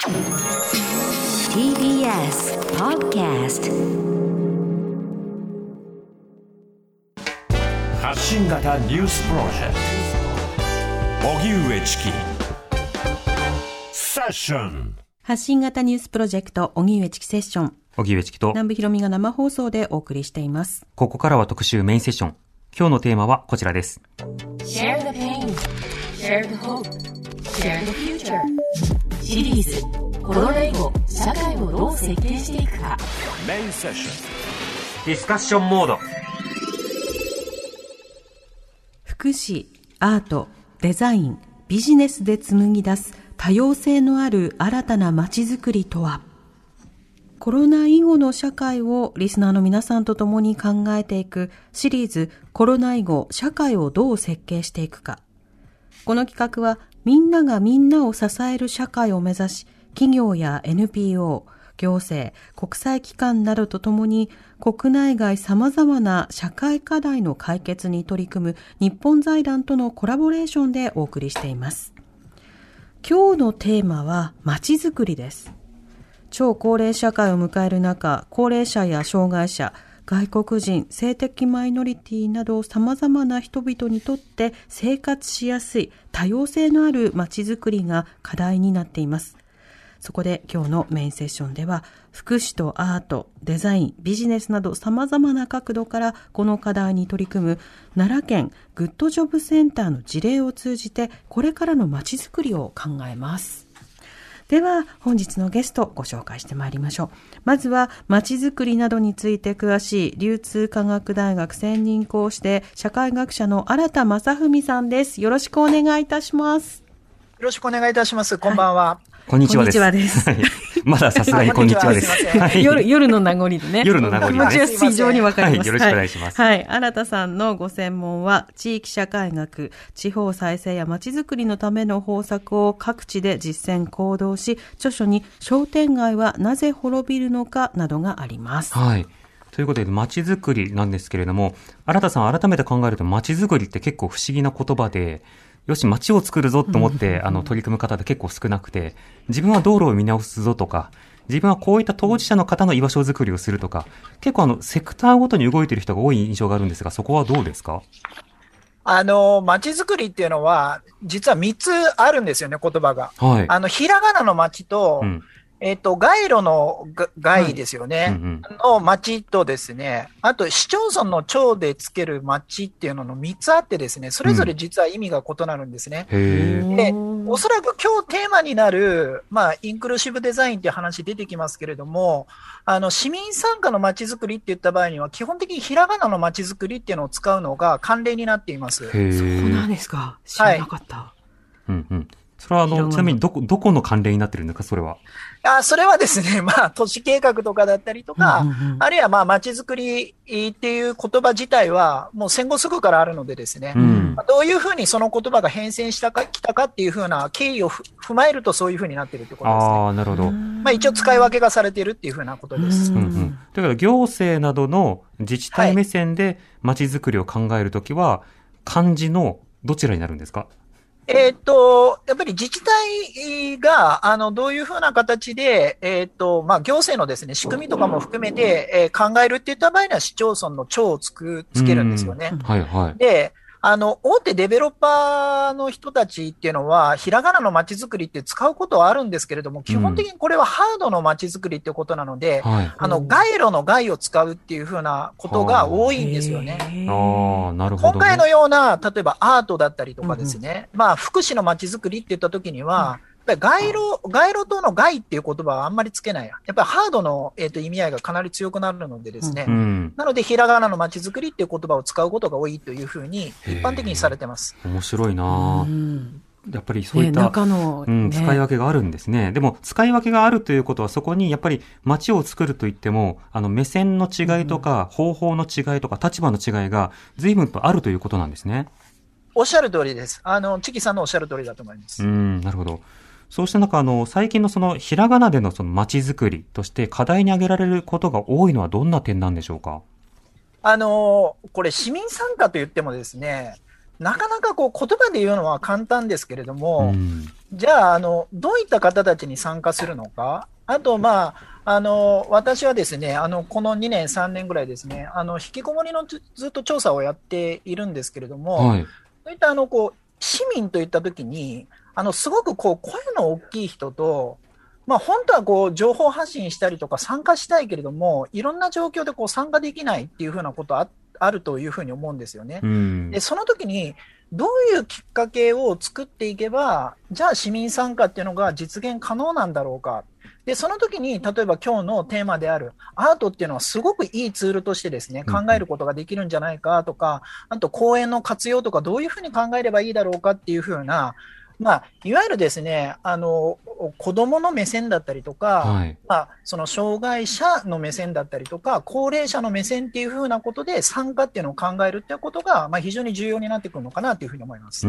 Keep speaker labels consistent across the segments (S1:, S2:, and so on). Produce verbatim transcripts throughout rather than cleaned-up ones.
S1: ティービーエス Podcast
S2: 発信型ニュースプロジェクト荻上チキセッション。
S3: 発信型ニュースプロジェクト荻上チキセッション、
S4: 荻上チキと
S3: 南部ひろみが生放送でお送りしています。
S4: ここからは特集メインセッション。今日のテーマはこちらです。
S1: Share the pain, share the hope, share the future シリーズコロナ以後社会をどう設計していくか。
S2: メインセッション。
S4: ディスカッションモード。
S3: 福祉、アート、デザイン、ビジネスで紡ぎ出す多様性のある新たな街づくりとは。コロナ以後の社会をリスナーの皆さんと共に考えていくシリーズコロナ以後社会をどう設計していくか。この企画はみんながみんなを支える社会を目指し、企業や エヌピーオー、行政、国際機関などとともに国内外様々な社会課題の解決に取り組む日本財団とのコラボレーションでお送りしています。今日のテーマは街づくりです。超高齢社会を迎える中、高齢者や障害者、外国人、性的マイノリティなど様々な人々にとって生活しやすい多様性のある街づくりが課題になっています。そこで今日のメインセッションでは、福祉とアート、デザイン、ビジネスなど様々な角度からこの課題に取り組む奈良県グッドジョブセンターの事例を通じて、これからの街づくりを考えます。では本日のゲストをご紹介してまいりましょう。まずは街づくりなどについて詳しい流通科学大学専任講師で社会学者の新田正文さんです。よろしくお願いいたします。
S5: よろしくお願いいたします。こんばんは。はい、
S4: こんにちはです。
S3: こんにちはです。
S4: まださすがにこんにちはです。
S3: はい、夜、夜の名残でね。
S4: 夜の名残でね。
S3: 気持ちは非常にわかります。
S4: はい、よろしくお願いします。
S3: はい。新田さんのご専門は、地域社会学、地方再生や街づくりのための方策を各地で実践行動し、著書に商店街はなぜ滅びるのかなどがあります。
S4: はい。ということで、街づくりなんですけれども、新田さん改めて考えると街づくりって結構不思議な言葉で、よし、街を作るぞと思って、あの、取り組む方って結構少なくて、自分は道路を見直すぞとか、自分はこういった当事者の方の居場所づくりをするとか、結構あの、セクターごとに動いている人が多い印象があるんですが、そこはどうですか？
S5: あの、街づくりっていうのは、実はみっつあるんですよね、言葉が。はい。あの、ひらがなの街と、うん、えっと、街路の街ですよね、うんうんうん、の街とですね、あと市町村の町でつける街っていうののみっつあってですね、それぞれ実は意味が異なるんですね。うん、で、おそらく今日テーマになる、まあ、インクルーシブデザインっていう話出てきますけれども、あの、市民参加の街づくりって言った場合には、基本的にひらがなの街づくりっていうのを使うのが慣例になっています。
S3: そうなんですか。知らなかった。はい、
S4: うんうん。それはあの、ちなみにどこ、どこの慣例になってるんですか、それは。
S5: あ、それはですね、まあ、都市計画とかだったりとか、うんうんうん、あるいはまあ、街づくりっていう言葉自体は、もう戦後すぐからあるのでですね、うん、どういうふうにその言葉が変遷したか、きたかっていうふうな経緯を踏まえるとそういうふうになっているってことですね。
S4: ああ、なるほど。
S5: まあ、一応使い分けがされているっていうふうなことです。
S4: うんうん。だから行政などの自治体目線で街づくりを考えるときは、はい、漢字のどちらになるんですか？
S5: えっと、やっぱり自治体が、あの、どういうふうな形で、えっと、まあ、行政のですね、仕組みとかも含めて、えー、考えるっていった場合には、市町村の庁をつく、つけるんですよね。
S4: はいはい。
S5: で、あの、大手デベロッパーの人たちっていうのは、ひらがなの街づくりって使うことはあるんですけれども、基本的にこれはハードの街づくりっていうことなので、うん、あの、街路の街を使うっていうふうなことが多いんですよね。
S4: ああ、なるほど、ね。
S5: 今回のような、例えばアートだったりとかですね、うんうん、まあ、福祉の街づくりって言った時には、うんやっぱり街路、街路との街っていう言葉はあんまりつけない。やっぱりハードの、えーと、意味合いがかなり強くなるのでですね。うん、なので、ひらがなの街づくりっていう言葉を使うことが多いというふうに一般的にされてます。
S4: 面白いなぁ、うん。やっぱりそういった、ね中のねうん、使い分けがあるんですね。でも、使い分けがあるということは、そこにやっぱり街を作るといっても、あの、目線の違いとか、うん、方法の違いとか、立場の違いが随分とあるということなんですね。
S5: おっしゃる通りです。あの、チキさんのおっしゃる通りだと思います。
S4: うん、なるほど。そうした中、あの、最近のその、ひらがなでのその街づくりとして課題に挙げられることが多いのはどんな点なんでしょうか？
S5: あの、これ市民参加と言ってもですね、 なかなかこう言葉で言うのは簡単ですけれども、うん、じゃあ、あの、どういった方たちに参加するのか、あと、まあ、あの、私はですね、あの、このにねん、さんねんぐらいですね、あの、引きこもりのずっと調査をやっているんですけれども、はい、そういった、あの、こう、市民といったときに、あの、すごくこう、声の大きい人と、まあ、本当はこう、情報発信したりとか参加したいけれども、いろんな状況でこう、参加できないっていうふうなことあ、あるというふうに思うんですよね。うん、で、その時に、どういうきっかけを作っていけば、じゃあ市民参加っていうのが実現可能なんだろうか。で、その時に、例えば今日のテーマであるアートっていうのはすごくいいツールとしてですね、考えることができるんじゃないかとか、あと公園の活用とかどういうふうに考えればいいだろうかっていうふうな、まあ、いわゆるですね、あの、子供の目線だったりとか、はい、まあ、その障害者の目線だったりとか、高齢者の目線っていうふうなことで参加っていうのを考えるっていうことが、まあ、非常に重要になってくるのかなというふうに思います。
S4: うん、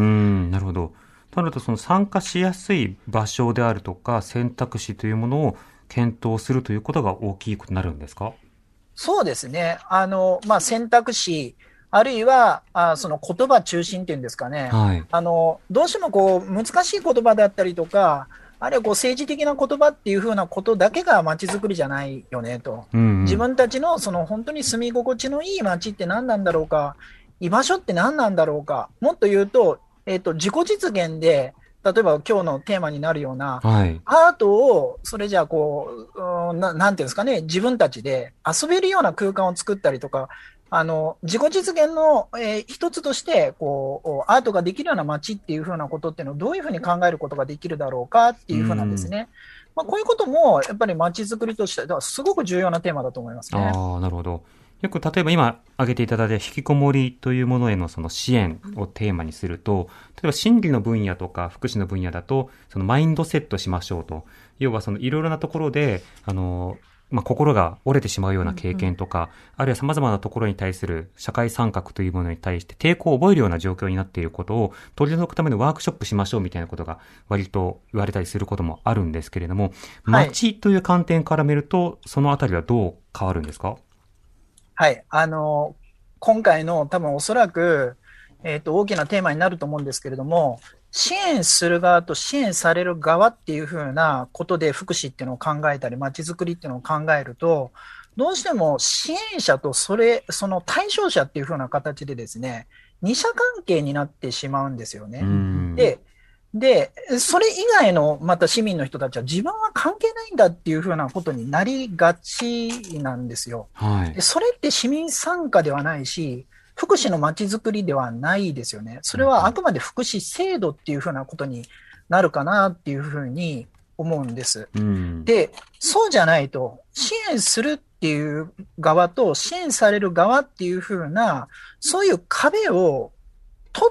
S4: なるほど。となると、その参加しやすい場所であるとか、選択肢というものを検討するということが大きいことになるんですか？
S5: そうですね。あの、まあ、選択肢、あるいは、あその言葉中心っていうんですかね。はい、あの、どうしてもこう、難しい言葉だったりとか、あるいはこう政治的な言葉っていうふうなことだけが街づくりじゃないよねと。うんうん、自分たちのその本当に住み心地のいい街って何なんだろうか、居場所って何なんだろうか。もっと言うと、えっと、自己実現で、例えば今日のテーマになるような、はい、アートを、それじゃあこう、な、なんていうんですかね、自分たちで遊べるような空間を作ったりとか、あの、自己実現の、えー、一つとして、こう、アートができるような街っていうふうなことっていうのをどういうふうに考えることができるだろうかっていうふうなんですね。まあ、こういうことも、やっぱり街づくりとしては、すごく重要なテーマだと思いますね。
S4: ああ、なるほど。よく例えば今挙げていただいた引きこもりというものへのその支援をテーマにすると、例えば心理の分野とか福祉の分野だと、そのマインドセットしましょうと。要はそのいろいろなところで、あの、まあ、心が折れてしまうような経験とか、うんうん、あるいは様々なところに対する社会参画というものに対して抵抗を覚えるような状況になっていることを取り除くためのワークショップしましょうみたいなことが割と言われたりすることもあるんですけれども、はい、街という観点から見ると、そのあたりはどう変わるんですか？
S5: はい。あの、今回の多分おそらく、えっと、大きなテーマになると思うんですけれども、支援する側と支援される側っていうふうなことで福祉っていうのを考えたり、街づくりっていうのを考えると、どうしても支援者とそれ、その対象者っていうふうな形でですね、二者関係になってしまうんですよね。で、で、それ以外のまた市民の人たちは自分は関係ないんだっていうふうなことになりがちなんですよ。はい、でそれって市民参加ではないし、福祉の街づくりではないですよね。それはあくまで福祉制度っていうふうなことになるかなっていうふうに思うんです。うん、で、そうじゃないと、支援するっていう側と支援される側っていうふうな、そういう壁を取って、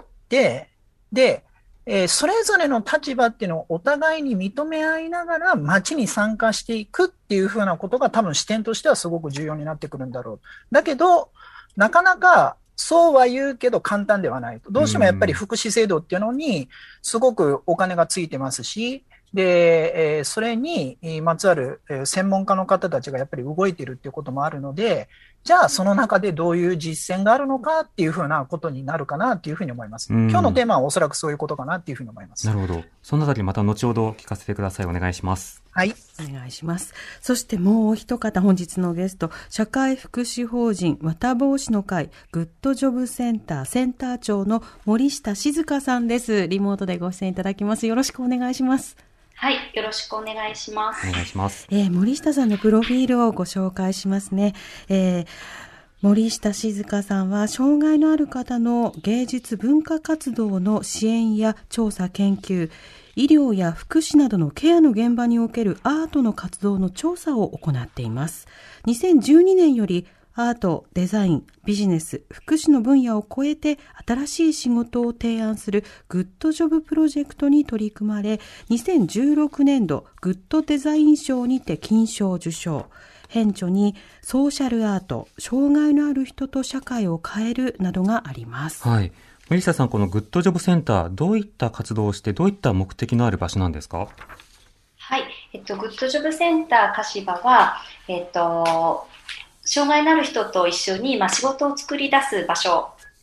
S5: で、えー、それぞれの立場っていうのをお互いに認め合いながら街に参加していくっていうふうなことが多分視点としてはすごく重要になってくるんだろう。だけど、なかなかそうは言うけど簡単ではないと。どうしてもやっぱり福祉制度っていうのにすごくお金がついてますし、で、えー、それにまつわる専門家の方たちがやっぱり動いているっていうこともあるので、じゃあその中でどういう実践があるのかっていうふうなことになるかなっていうふうに思います。今日のテーマはおそらくそういうことかなっていうふうに思います。
S4: なるほど。そのあたりまた後ほど聞かせてください。お願いします。
S5: はい。
S3: お願いします。そしてもう一方、本日のゲスト、社会福祉法人綿帽子の会グッドジョブセンターセンター長の森下静香さんです。リモートでご出演いただきます。よろしくお願いします。
S6: はい、よろしくお願いします。
S4: お願いします。
S3: えー、森下さんのプロフィールをご紹介しますね。えー森下静香さんは障害のある方の芸術文化活動の支援や調査研究、医療や福祉などのケアの現場におけるアートの活動の調査を行っています。にせんじゅうにねんよりアート、デザイン、ビジネス、福祉の分野を超えて新しい仕事を提案するグッドジョブプロジェクトに取り組まれ、にせんじゅうろくねんどグッドデザイン賞にて金賞受賞。編著にソーシャルアート、障害のある人と社会を変えるなどがあります。
S4: はい。森下さん、このグッドジョブセンター、どういった活動をして、どういった目的のある場所なんですか？
S6: はい。えっと、グッドジョブセンター柏は、えっと、障害のある人と一緒に、まあ、仕事を作り出す場所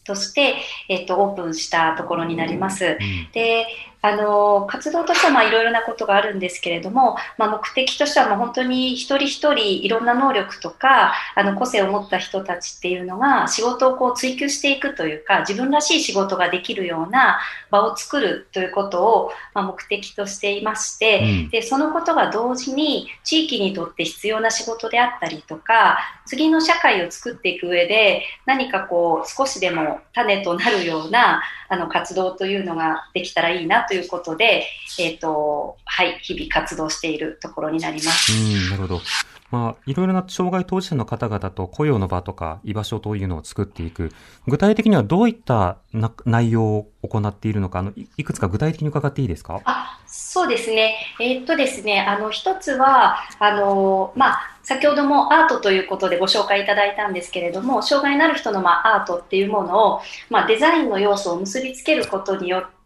S6: として、えっと、オープンしたところになります。うん、で、あの、活動としてはまあいろいろなことがあるんですけれども、まあ、目的としてはもう本当に一人一人いろんな能力とか、あの、個性を持った人たちっていうのが仕事をこう追求していくというか、自分らしい仕事ができるような場を作るということを、まあ、目的としていまして、うん、で、そのことが同時に地域にとって必要な仕事であったりとか、次の社会を作っていく上で何かこう少しでも種となるようなあの活動というのができたらいいなということで、えっと、はい、日々活動しているところになります。
S4: うん、なるほど。まあ、いろいろな障害当事者の方々と雇用の場とか居場所というのを作っていく。具体的にはどういったな内容を行っているのか、あの、いくつか具体的に伺っていいですか？
S6: あ、そうですね。えー、っとですね、あの、一つは、あの、まあ、先ほどもアートということでご紹介いただいたんですけれども、障害のある人の、まあ、アートっていうものを、まあ、デザインの要素を結びつけることによって、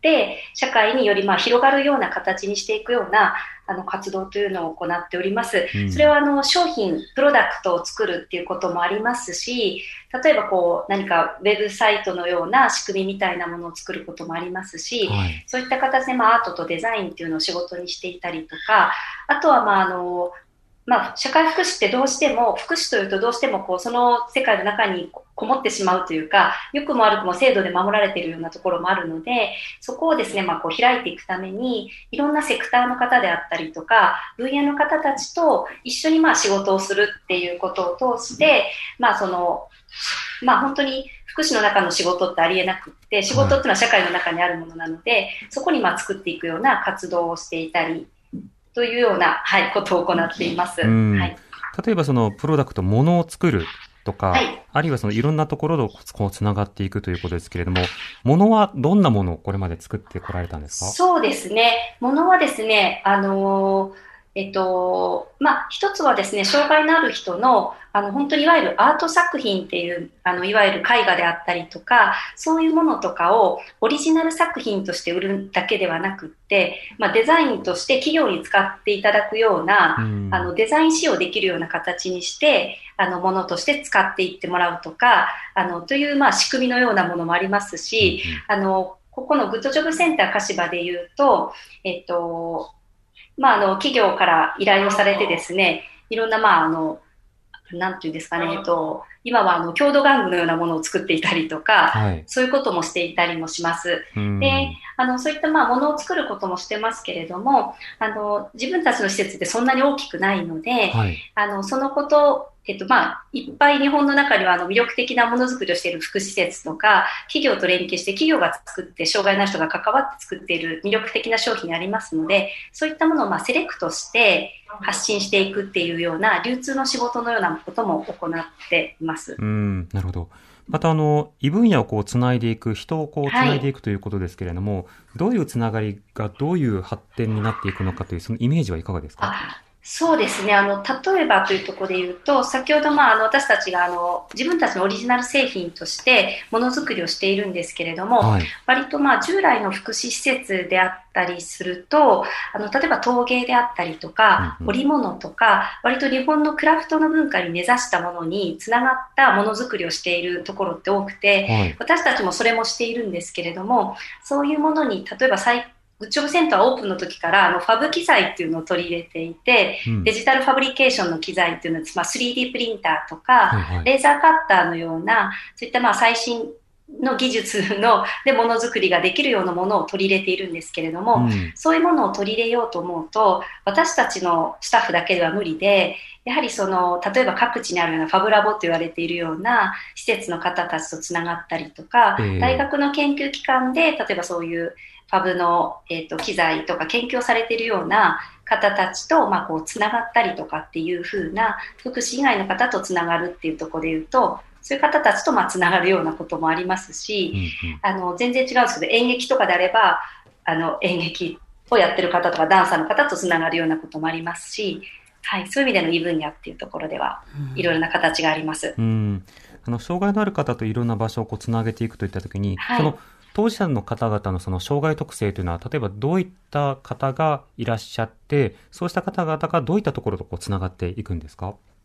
S6: 社会によりまあ広がるような形にしていくようなあの活動というのを行っております。うん、それはあの商品、プロダクトを作るっていうこともありますし、例えばこう何かウェブサイトのような仕組みみたいなものを作ることもありますし、はい、そういった形でまあアートとデザインっていうのを仕事にしていたりとか、あとはまああのまあ、社会福祉ってどうしても、福祉というとどうしてもこうその世界の中にこもってしまうというか、良くも悪くも制度で守られているようなところもあるので、そこをですね、まあ、こう開いていくために、いろんなセクターの方であったりとか、分野の方たちと一緒にまあ仕事をするっていうことを通して、まあその、まあ本当に福祉の中の仕事ってありえなくって、仕事っていうのは社会の中にあるものなので、はい、そこにまあ作っていくような活動をしていたり、というような、はい、ことを行っています。はい、
S4: 例えばそのプロダクト、ものを作るとか、はい、あるいはそのいろんなところとこうつながっていくということですけれども、ものはどんなものをこれまで作ってこられたんですか？
S6: そうですね。ものはですね、あのー、えっと、まあ、一つはですね、障害のある人の、あの、本当にいわゆるアート作品っていう、あの、いわゆる絵画であったりとか、そういうものとかをオリジナル作品として売るだけではなくって、まあ、デザインとして企業に使っていただくような、うん、あの、デザイン使用できるような形にして、あの、ものとして使っていってもらうとか、あの、という、まあ、仕組みのようなものもありますし、うん、あの、ここのグッドジョブセンター柏で言うと、えっと、まあ、あの、企業から依頼をされてですね、いろんな、まあ、あの、なんていうんですかね、えっと、今はあの、郷土玩具のようなものを作っていたりとか、はい、そういうこともしていたりもします。で、あの、そういったまあ、ものを作ることもしてますけれども、あの、自分たちの施設ってそんなに大きくないので、はい、あの、そのことえっと、まあ、いっぱい日本の中にはあの魅力的なものづくりをしている福祉施設とか、企業と連携して企業が作って、障害のある人が関わって作っている魅力的な商品ありますので、そういったものをまあセレクトして発信していくっていうような流通の仕事のようなことも行っています。
S4: うん、なるほど。またあの、異分野をこうつないでいく、人をこうつないでいくということですけれども、はい、どういうつながりがどういう発展になっていくのかというそのイメージはいかがですか？
S6: そうですね。あの、例えばというところで言うと、先ほど、まあ、あの、私たちが、あの、自分たちのオリジナル製品として、ものづくりをしているんですけれども、はい、割と、まあ、従来の福祉施設であったりすると、あの、例えば陶芸であったりとか、織物とか、割と日本のクラフトの文化に根ざしたものにつながったものづくりをしているところって多くて、はい、私たちもそれもしているんですけれども、そういうものに、例えば最グッジョブセンターオープンの時からあのファブ機材っていうのを取り入れていて、うん、デジタルファブリケーションの機材っていうのは、まあ、スリーディー プリンターとか、はいはい、レーザーカッターのようなそういったまあ最新の技術のでものづくりができるようなものを取り入れているんですけれども、うん、そういうものを取り入れようと思うと私たちのスタッフだけでは無理で、やはりその例えば各地にあるようなファブラボと言われているような施設の方たちとつながったりとか、えー、大学の研究機関で例えばそういうファブの、えーと、機材とか研究をされているような方たちと、まあ、こうつながったりとかっていう風な福祉以外の方とつながるっていうところで言うと、そういう方たちとまあつながるようなこともありますし、うんうん、あの全然違うんですけど演劇とかであればあの演劇をやってる方とかダンサーの方とつながるようなこともありますし、はい、そういう意味での異分野っていうところではいろいろな形があります。
S4: うん、あの障害のある方といろんな場所をこうつなげていくといったときに、はい、その当事者の方々のその障害特性というのは例えばどういった方がいらっしゃって、そうした方々がどういったところとこうつながっていくんですか？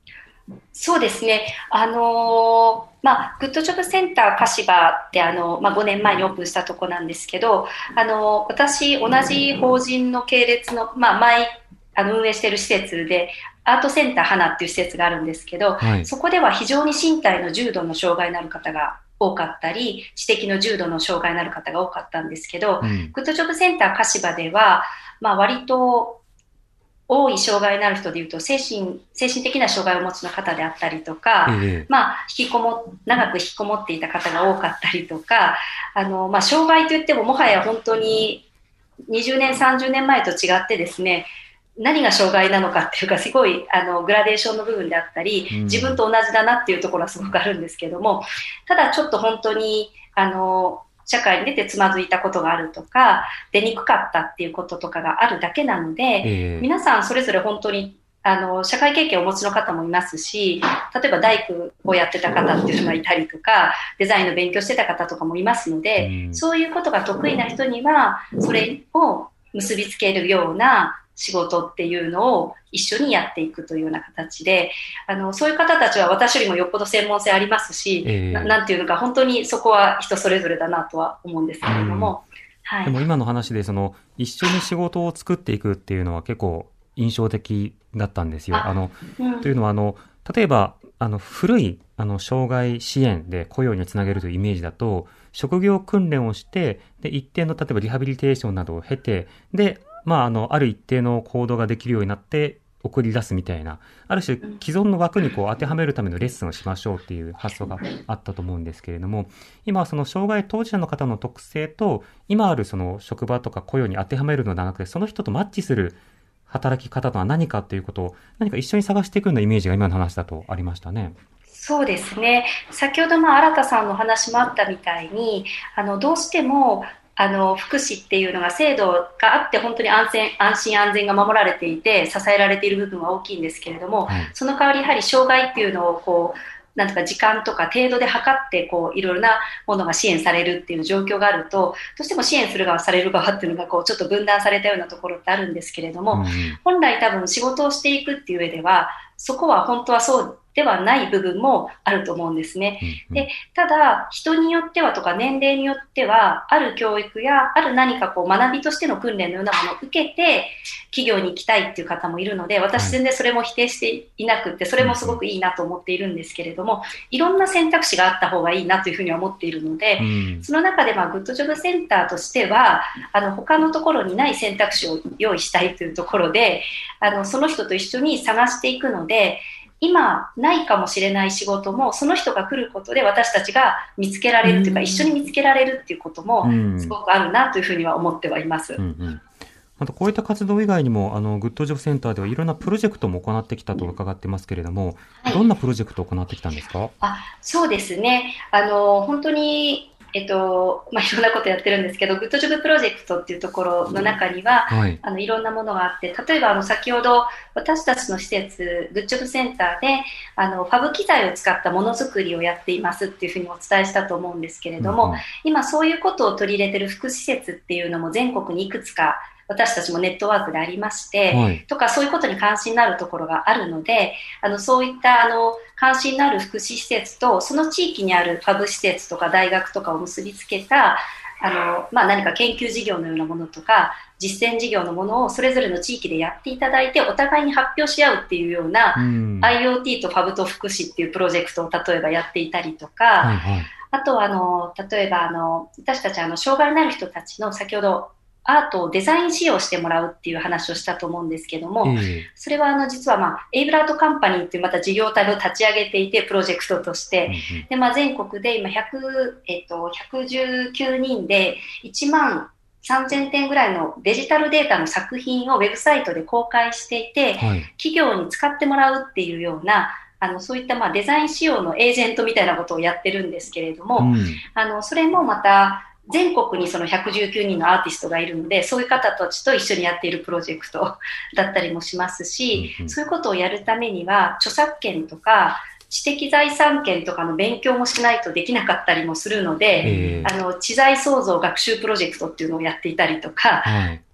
S6: そうですね。あのー、まあ、グッドジョブセンター柏ってあの、まあ、ごねんまえにオープンしたとこなんですけど、あのー、私、同じ法人の系列の、まあ、前、あの、運営している施設で、アートセンター花っていう施設があるんですけど、はい、そこでは非常に身体の重度の障害のある方が多かったり、知的の重度の障害のある方が多かったんですけど、うん、グッドジョブセンター柏では、まあ、割と、多い障害のある人でいうと精神、精神的な障害をお持ちの方であったりとか、ええ、まあ、引きこも、長く引きこもっていた方が多かったりとか、あの、まあ、障害といってももはや本当ににじゅうねん、さんじゅうねんまえと違ってですね、何が障害なのかっていうか、すごい、あの、グラデーションの部分であったり、自分と同じだなっていうところはすごくあるんですけども、ただちょっと本当に、あの、社会に出てつまずいたことがあるとか、出にくかったっていうこととかがあるだけなので、えー、皆さんそれぞれ本当に、あの、社会経験をお持ちの方もいますし、例えば大工をやってた方っていうのがいたりとか、デザインの勉強してた方とかもいますので、うん、そういうことが得意な人には、それを結びつけるような仕事っていうのを一緒にやっていくというような形で、あの、そういう方たちは私よりもよっぽど専門性ありますし、えー、な, なんていうのか本当にそこは人それぞれだなとは思うんですけれども、うん、はい。
S4: でも今の話でその一緒に仕事を作っていくっていうのは結構印象的だったんですよ。あ, あの、うん、というのはあの、例えばあの古いあの障害支援で雇用につなげるというイメージだと、職業訓練をして、で一定の例えばリハビリテーションなどを経て、でまあ、あの、ある一定の行動ができるようになって送り出すみたいな、ある種既存の枠にこう当てはめるためのレッスンをしましょうっていう発想があったと思うんですけれども、今はその障害当事者の方の特性と、今あるその職場とか雇用に当てはめるのではなくて、その人とマッチする働き方とは何かっていうことを何か一緒に探していくようなイメージが今の話だとありましたね。
S6: そうですね。先ほどまあ新田さんの話もあったみたいに、あの、どうしてもあの福祉っていうのが制度があって本当に安全、安心安全が守られていて支えられている部分は大きいんですけれども、はい、その代わりやはり障害っていうのをこうなんとか時間とか程度で測ってこういろいろなものが支援されるっていう状況があると、どうしても支援する側される側っていうのがこうちょっと分断されたようなところってあるんですけれども、うん、本来多分仕事をしていくっていう上ではそこは本当はそうではない部分もあると思うんですね。うんうん、で、ただ人によってはとか年齢によってはある教育やある何かこう学びとしての訓練のようなものを受けて企業に行きたいっていう方もいるので、私全然それも否定していなくて、それもすごくいいなと思っているんですけれども、いろんな選択肢があった方がいいなというふうには思っているので、うん、その中でまあグッドジョブセンターとしてはあの他のところにない選択肢を用意したいというところで、あのその人と一緒に探していくので、今ないかもしれない仕事もその人が来ることで私たちが見つけられるというか、うん、一緒に見つけられるっていうこともすごくあるなというふうには思ってはいます。うんうん、
S4: またこういった活動以外にもあのグッドジョブセンターではいろんなプロジェクトも行ってきたと伺ってますけれども、はい、どんなプロジェクトを行ってきたんですか？
S6: あ、そうですね。あの本当にえっとまあ、いろんなことやってるんですけど、グッドジョブプロジェクトっていうところの中には、はい、あのいろんなものがあって、例えばあの先ほど私たちの施設グッドジョブセンターであのファブ機材を使ったものづくりをやっていますっていうふうにお伝えしたと思うんですけれども、うんうん、今そういうことを取り入れてる福祉施設っていうのも全国にいくつか私たちもネットワークでありまして、はい、とかそういうことに関心のあるところがあるので、あのそういったあの関心のある福祉施設とその地域にあるファブ施設とか大学とかを結びつけたあの、まあ、何か研究事業のようなものとか実践事業のものをそれぞれの地域でやっていただいてお互いに発表し合うっていうような、うん、アイオーティー とファブと福祉っていうプロジェクトを例えばやっていたりとか、はいはい、あとはあの例えばあの私たちあの障害のある人たちの先ほどアートをデザイン使用してもらうっていう話をしたと思うんですけども、えー、それはあの実は、まあ、エイブラートカンパニーっていうまた事業体を立ち上げていてプロジェクトとして、うんうん、でまあ、全国で今ひゃく、えっと、ひゃくじゅうきゅうにんでいちまんさんぜんてんぐらいのデジタルデータの作品をウェブサイトで公開していて、はい、企業に使ってもらうっていうようなあのそういったまあデザイン仕様のエージェントみたいなことをやってるんですけれども、うん、あのそれもまた全国にそのひゃくじゅうきゅうにんのアーティストがいるので、そういう方たちと一緒にやっているプロジェクトだったりもしますし、うんうん、そういうことをやるためには著作権とか知的財産権とかの勉強もしないとできなかったりもするので、あの知財創造学習プロジェクトっていうのをやっていたりとか、はい、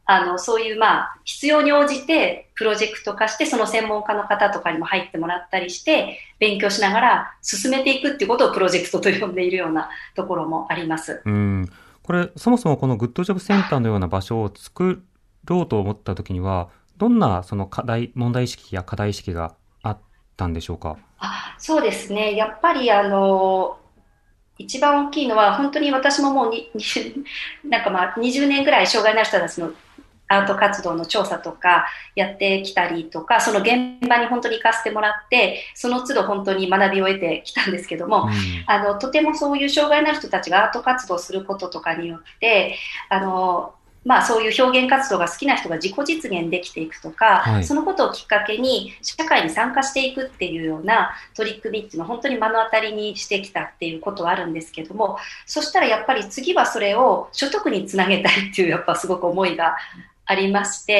S6: あの、そういう、まあ、必要に応じてプロジェクト化して、その専門家の方とかにも入ってもらったりして、勉強しながら進めていくっていうことをプロジェクトと呼んでいるようなところもあります。
S4: うん。これ、そもそもこのグッドジョブセンターのような場所を作ろうと思ったときには、どんなその課題、問題意識や課題意識があったんでしょうか？
S6: あ、そうですね。やっぱり、あの、一番大きいのは、本当に私ももうに、なんかまあにじゅうねんぐらい障害のある人たちのアート活動の調査とかやってきたりとか、その現場に本当に行かせてもらって、その都度本当に学びを得てきたんですけども、うん、あの、とてもそういう障害のある人たちがアート活動することとかによって、あの、まあそういう表現活動が好きな人が自己実現できていくとか、はい、そのことをきっかけに社会に参加していくっていうような取り組みっていうのを本当に目の当たりにしてきたっていうことはあるんですけども、そしたらやっぱり次はそれを所得につなげたいっていうやっぱすごく思いがありまして、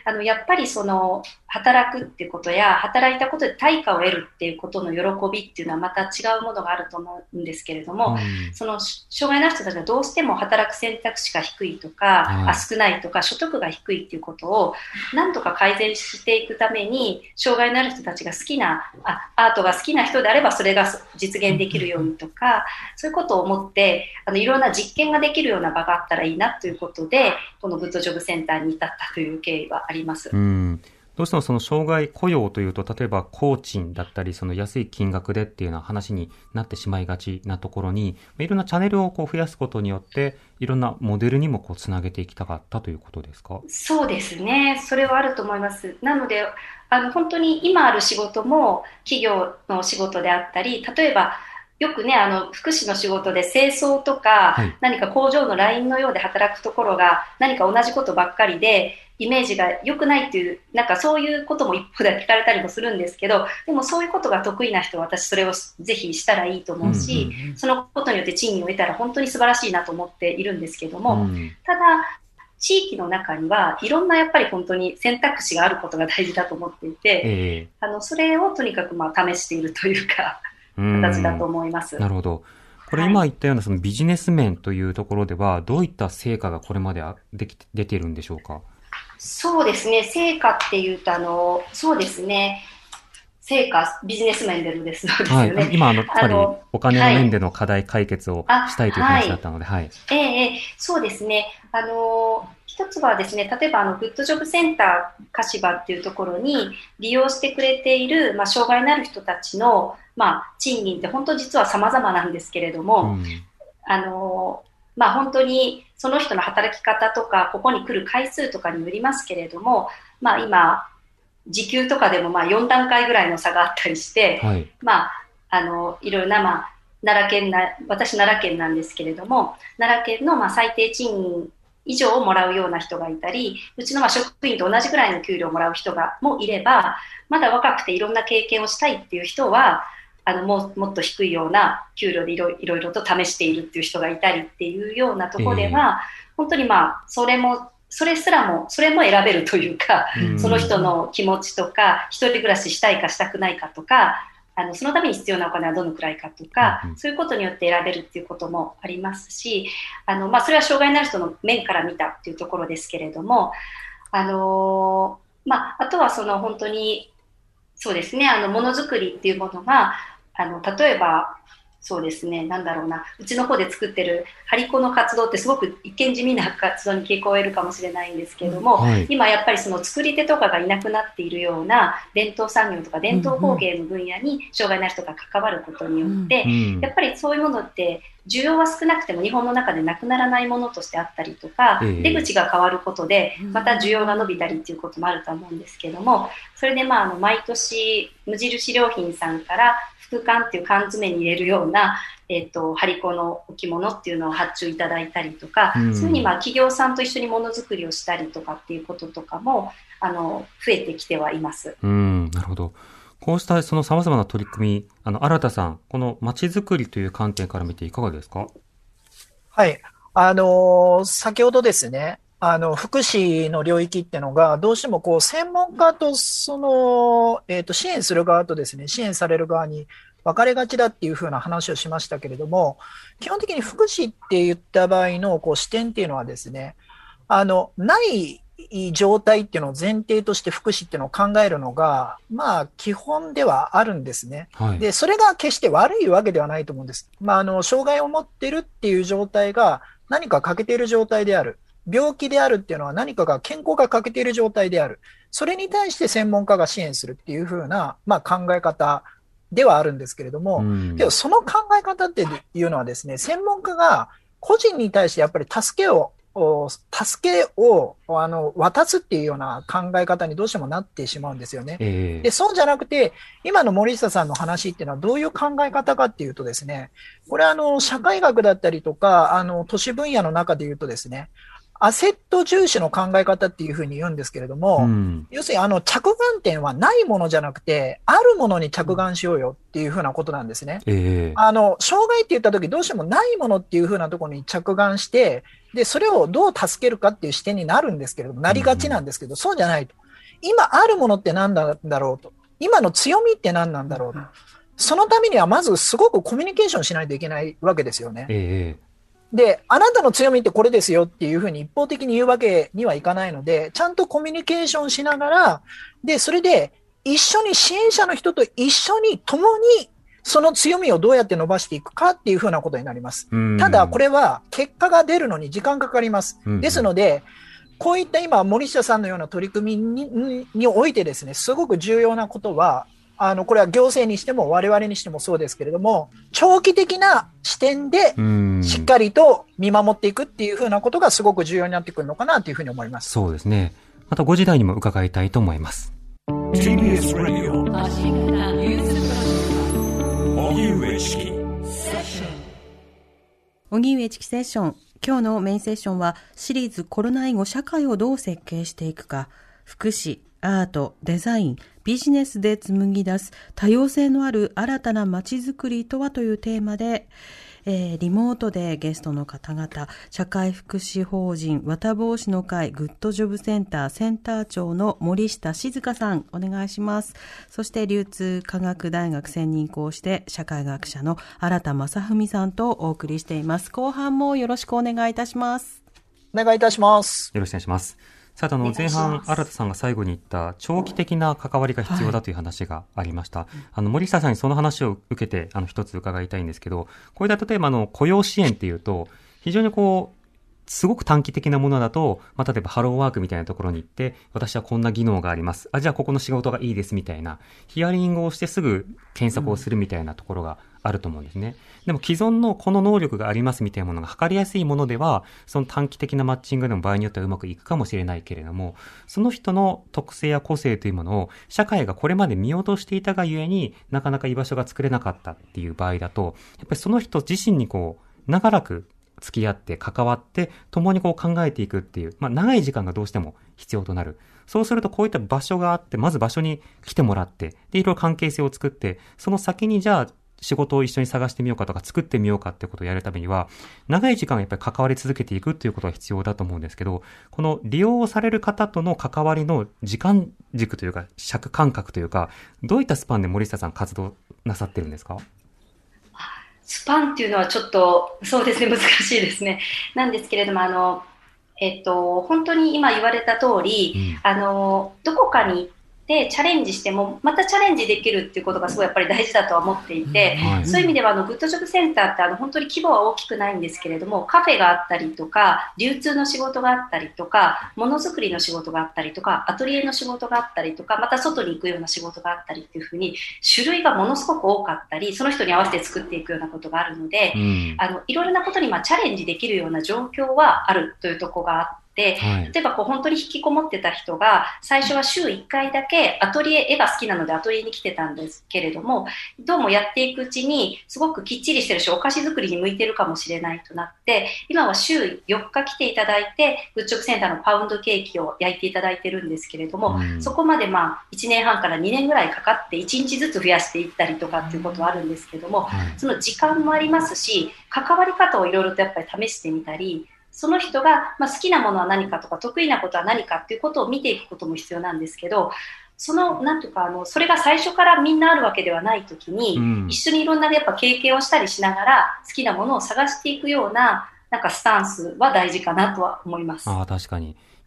S6: あのやっぱりその働くっていうことや働いたことで対価を得るっていうことの喜びっていうのはまた違うものがあると思うんですけれども、うん、その障害のある人たちがどうしても働く選択肢が低いとか、はい、あ少ないとか所得が低いっていうことをなんとか改善していくために、障害のある人たちが好きなあアートが好きな人であればそれが実現できるようにとか、そういうことを思ってあのいろんな実験ができるような場があったらいいなということで、このグッドジョブセンターに至ったという経緯はあります。
S4: うん、どうしてもその障害雇用というと、例えば工賃だったりその安い金額でっていうような話になってしまいがちなところに、いろんなチャンネルをこう増やすことによっていろんなモデルにもこうつなげていきたかったということですか？
S6: そうですね、それはあると思います。なのであの本当に今ある仕事も企業の仕事であったり、例えばよくね、あの福祉の仕事で清掃とか、はい、何か工場のラインのようで働くところが何か同じことばっかりでイメージが良くないっていう、なんかそういうことも一方で聞かれたりもするんですけど、でもそういうことが得意な人は私それをぜひしたらいいと思うし、うんうんうん、そのことによって賃金を得たら本当に素晴らしいなと思っているんですけども、うん、ただ地域の中にはいろんなやっぱり本当に選択肢があることが大事だと思っていて、えー、あのそれをとにかくまあ試しているというか形だと思います。
S4: なるほど。これ今言ったようなそのビジネス面というところではどういった成果がこれまででき出ているんでしょうか？
S6: そうですね、成果っていうとあのそうですね、成果ビジネス面でのですのですよね。はい、
S4: 今あのやっぱりお金の面での課題解決をしたいという話だったので、はい。はい、
S6: ええそうですね。あの一つはですね、例えばあのグッドジョブセンター柏っていうところに利用してくれているまあ障害のある人たちのまあ賃金って本当実は様々なんですけれども、うん、あのまあ本当にその人の働き方とかここに来る回数とかによりますけれども、まあ今時給とかでもまあよん段階ぐらいの差があったりして、はい、まああのいろいろなまあ奈良県な私奈良県なんですけれども、奈良県のまあ最低賃金以上をもらうような人がいたり、うちのまあ職員と同じぐらいの給料をもらう人がもいれば、まだ若くていろんな経験をしたいっていう人はあのも, もっと低いような給料でいろいろいろと試しているっていう人がいたりっていうようなところでは、えー、本当にまあそれもそれすらもそれも選べるというか、うん、その人の気持ちとか一人暮らししたいかしたくないかとか、あのそのために必要なお金はどのくらいかとか、うん、そういうことによって選べるっていうこともありますし、あの、まあ、それは障害のある人の面から見たっていうところですけれども、あのーまあ、あとはその本当にそうですね、あのものづくりっていうものがあの例えばそうですね、なんだろうな、うちの方で作ってる張り子の活動ってすごく一見地味な活動に聞こえるかもしれないんですけれども、はい、今やっぱりその作り手とかがいなくなっているような伝統産業とか伝統工芸の分野に障害のある人が関わることによって、うんうん、やっぱりそういうものって需要は少なくても日本の中でなくならないものとしてあったりとか、えー、出口が変わることでまた需要が伸びたりっていうこともあると思うんですけれども、それでまああの毎年無印良品さんから副缶っていう缶詰に入れるような、えーと、張り子の置物っていうのを発注いただいたりとか、うん、そういうふうにまあ企業さんと一緒にものづくりをしたりとかっていうこととかもあの増えてきてはいます。
S4: うん、なるほど。こうしたその様々な取り組み、あの新田さん、このまちづくりという観点から見ていかがですか？
S5: はい、あのー、先ほどですね、あの福祉の領域っていうのがどうしてもこう専門家とその、えーと、支援する側とですね、支援される側に分かれがちだっていうふうな話をしましたけれども、基本的に福祉って言った場合のこう視点っていうのはですね、あのないい状態っていうのを前提として福祉っていうのを考えるのが、まあ基本ではあるんですね。はい、で、それが決して悪いわけではないと思うんです。まああの、障害を持ってるっていう状態が何か欠けている状態である。病気であるっていうのは何かが健康が欠けている状態である。それに対して専門家が支援するっていう風な、まあ考え方ではあるんですけれども、うん、けどその考え方っていうのはですね、専門家が個人に対してやっぱり助けを助けをあの渡すっていうような考え方にどうしてもなってしまうんですよね。えー、でそうじゃなくて、今の森下さんの話っていうのはどういう考え方かっていうとですね、これはあの社会学だったりとか、あの都市分野の中で言うとですね、アセット重視の考え方っていうふうに言うんですけれども、うん、要するにあの着眼点はないものじゃなくて、あるものに着眼しようよっていうふうなことなんですね。えー、あの障害って言ったとき、どうしてもないものっていうふうなところに着眼して、で、それをどう助けるかっていう視点になるんですけれども、なりがちなんですけど、うん、そうじゃないと。今あるものって何なんだろうと。今の強みって何なんだろうと。そのためにはまずすごくコミュニケーションしないといけないわけですよね。えー、で、あなたの強みってこれですよっていうふうに一方的に言うわけにはいかないので、ちゃんとコミュニケーションしながら、で、それで一緒に支援者の人と一緒に共にその強みをどうやって伸ばしていくかっていうふうなことになります。ただこれは結果が出るのに時間かかります。ですので、こういった今森下さんのような取り組み に, においてですね、すごく重要なことは、あのこれは行政にしても我々にしてもそうですけれども、長期的な視点でしっかりと見守っていくっていうふうなことがすごく重要になってくるのかなというふうに思います。
S4: そうですね。またご時代にも伺いたいと思います。ティービーエス Radio
S3: 荻上チキ荻上チキセッション。今日のメインセッションはシリーズコロナ以後社会をどう設計していくか、福祉、アート、デザイン、ビジネスで紡ぎ出す多様性のある新たな街づくりとはというテーマで、えー、リモートでゲストの方々、社会福祉法人綿帽子の会グッドジョブセンターセンター長の森下静香さん、お願いします。そして流通科学大学専任講師で社会学者の新田正文さんとお送りしています。後半もよろしくお願いいたします。
S5: お願いいたします。
S4: よろしくお願いします。さて、あの前半新田さんが最後に言った長期的な関わりが必要だという話がありました、はい、あの森下さんにその話を受けてあの一つ伺いたいんですけど、こういった例えばの雇用支援っていうと非常にこうすごく短期的なものだと、まあ、例えばハローワークみたいなところに行って私はこんな技能があります、あじゃあここの仕事がいいですみたいなヒアリングをしてすぐ検索をするみたいなところがあると思うんですね。でも既存のこの能力がありますみたいなものが測りやすいものでは、その短期的なマッチングでも場合によってはうまくいくかもしれないけれども、その人の特性や個性というものを社会がこれまで見落としていたがゆえになかなか居場所が作れなかったっていう場合だと、やっぱりその人自身にこう長らく付き合って関わって共にこう考えていくっていう、まあ長い時間がどうしても必要となる。そうするとこういった場所があって、まず場所に来てもらって、でいろいろ関係性を作って、その先にじゃあ仕事を一緒に探してみようかとか作ってみようかってことをやるためには、長い時間やっぱり関わり続けていくっていうことが必要だと思うんですけど、この利用される方との関わりの時間軸というか尺感覚というか、どういったスパンで森下さん活動なさってるんですか？
S6: スパンっていうのはちょっとそうですね、難しいですね。なんですけれども、あのえっと本当に今言われた通り、うん、あのどこかに行ってでチャレンジしてもまたチャレンジできるっていうことがすごいやっぱり大事だとは思っていて、うんはい、そういう意味ではあのグッドジョブセンターってあの本当に規模は大きくないんですけれども、カフェがあったりとか流通の仕事があったりとかものづくりの仕事があったりとかアトリエの仕事があったりとか、また外に行くような仕事があったりっていうふうに種類がものすごく多かったり、その人に合わせて作っていくようなことがあるので、うん、あのいろいろなことにまあチャレンジできるような状況はあるというところがあって、で例えばこう本当に引きこもってた人が最初は週いっかいだけアトリエ、絵が好きなのでアトリエに来てたんですけれども、どうもやっていくうちにすごくきっちりしてるしお菓子作りに向いてるかもしれないとなって、今は週よっか来ていただいてグッドジョブセンターのパウンドケーキを焼いていただいてるんですけれども、うん、そこまでまあいちねんはんからにねんぐらいかかっていちにちずつ増やしていったりとかっていうことはあるんですけども、うん、その時間もありますし、関わり方をいろいろとやっぱり試してみたり、その人が、まあ、好きなものは何かとか得意なことは何かっていうことを見ていくことも必要なんですけど、そのなんていうかあのそれが最初からみんなあるわけではないときに、うん、一緒にいろんなやっぱ経験をしたりしながら好きなものを探していくようななんかスタンスは大事かなとは思います。
S4: ああ、確かに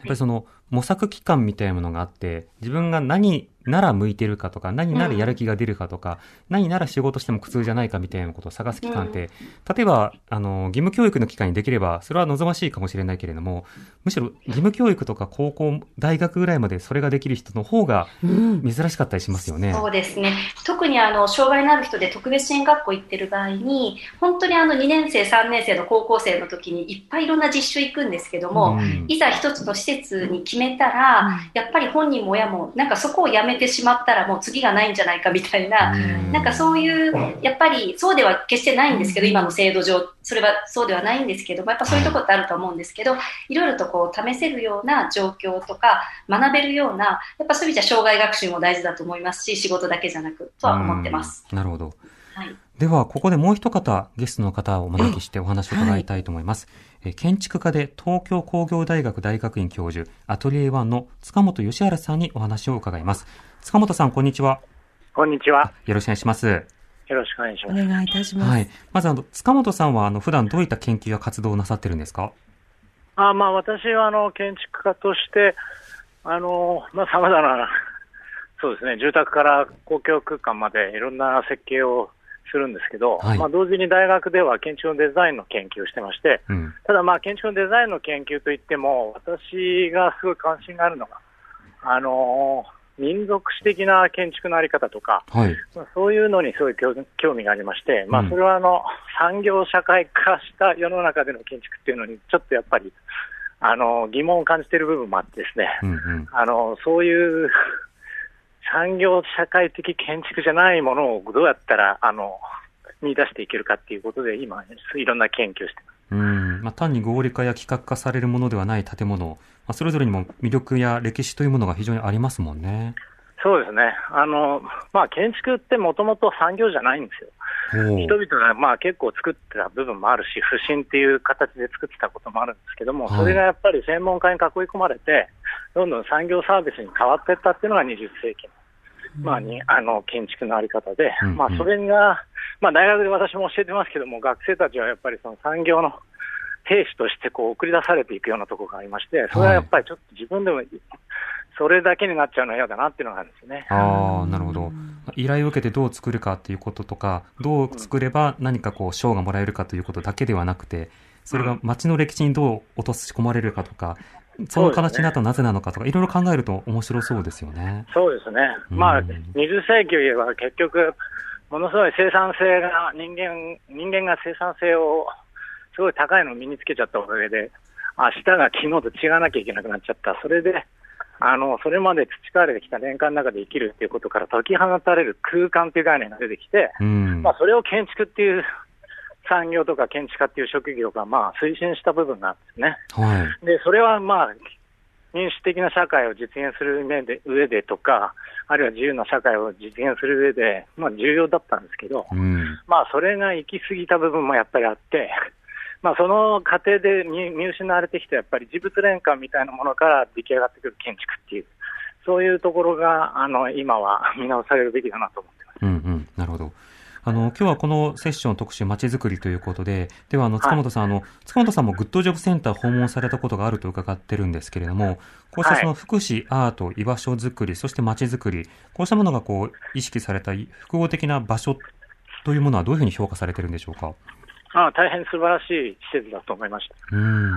S4: ぱりその模索期間みたいなものがあって、自分が何なら向いてるかとか、何ならやる気が出るかとか、うん、何なら仕事しても苦痛じゃないかみたいなことを探す期間って、うん、例えばあの義務教育の期間にできればそれは望ましいかもしれないけれども、むしろ義務教育とか高校大学ぐらいまでそれができる人の方が珍しかったりしますよね。
S6: うん、そうですね。特にあの障害のある人で特別支援学校行ってる場合に、本当にあのにねん生さんねん生の高校生の時にいっぱいいろんな実習行くんですけども、うん、いざ一つの施設に決めたら、うん、やっぱり本人も親もなんかそこをやめてしまったらもう次がないんじゃないかみたいな、うん、なんかそういうやっぱりそうでは決してないんですけど、今の制度上それはそうではないんですけども、やっぱそういうところってあると思うんですけど、いろいろとこう試せるような状況とか学べるような、やっぱそういう意味じゃ障害学習も大事だと思いますし、仕事だけじゃなくとは思ってます。
S4: なるほど。はい、ではここでもう一方ゲストの方をお招きしてお話を伺いたいと思います。はい、建築家で東京工業大学大学院教授アトリエワンの塚本義治さんにお話を伺います。塚本さん、こんにちは。
S7: こんにちは。
S4: よろしくお願いします。よ
S7: ろしくお願いします。
S3: お願いいたします。
S4: はい、まずあの塚本さんはあの普段どういった研究や活動をなさってるんですか？
S7: あ、まあ、私はあの建築家としてあの、まあ、様々なそうですね、住宅から公共空間までいろんな設計をするんですけど、はい、まあ、同時に大学では建築のデザインの研究をしてまして、うん、ただまあ建築のデザインの研究といっても、私がすごい関心があるのが、あのー、民族史的な建築のあり方とか、はい、まあ、そういうのにすごい興味がありまして、まあ、それはあの、うん、産業社会化した世の中での建築っていうのにちょっとやっぱりあの疑問を感じている部分もあってですね、うんうん、あのそういう産業社会的建築じゃないものをどうやったらあの見出していけるかっていうことで今いろんな研究をしています。
S4: うん、まあ、単に合理化や企画化されるものではない建物、まあ、それぞれにも魅力や歴史というものが非常にありますもんね。
S7: そうですね。あの、まあ、建築ってもともと産業じゃないんですよ。人々がまあ結構作ってた部分もあるし、不信っていう形で作ってたこともあるんですけども、それがやっぱり専門家に囲い込まれて、どんどん産業サービスに変わっていったっていうのがにじゅっせいきの、まあ、にあの建築のあり方で、うんうん、まあ、それが、まあ、大学で私も教えてますけども、学生たちはやっぱりその産業の兵士としてこう送り出されていくようなところがありまして、それはやっぱりちょっと自分でもそれだけになっちゃうのは嫌だなっていうのがあるんですよね。
S4: ああ、なるほど。依頼を受けてどう作るかっていうこととか、どう作れば何かこう賞がもらえるかということだけではなくて、それが街の歴史にどう落とし込まれるかとか、その形になったらなぜなのかとか、いろいろ考えると面白そうですよね。
S7: そうですね。まあ、にじゅっせいきは結局、ものすごい生産性が、人間、人間が生産性をすごい高いのを身につけちゃったおかげで、明日が昨日と違わなきゃいけなくなっちゃった。それで、あの、それまで培われてきた年間の中で生きるっていうことから解き放たれる空間っていう概念が出てきて、うん、まあ、それを建築っていう産業とか建築家っていう職業がまあ推進した部分なんですね。はい、で、それはまあ、民主的な社会を実現する上で、上でとか、あるいは自由な社会を実現する上で、まあ重要だったんですけど、うん、まあそれが行き過ぎた部分もやっぱりあって、まあその過程で見失われてきたやっぱり事物連関みたいなものから出来上がってくる建築っていう、そういうところが、あの、今は見直されるべきだなと思ってます。
S4: うんうん、なるほど。あの、今日はこのセッション特集、まちづくりということで、では、あの、塚本さん、はい、あの、塚本さんもグッドジョブセンター訪問されたことがあると伺ってるんですけれども、こうしたその福祉、アート、居場所づくり、そしてまちづくり、こうしたものがこう、意識された複合的な場所というものはどういうふうに評価されてるんでしょうか？
S7: ああ、大変素晴らしい施設だと思いました。うん、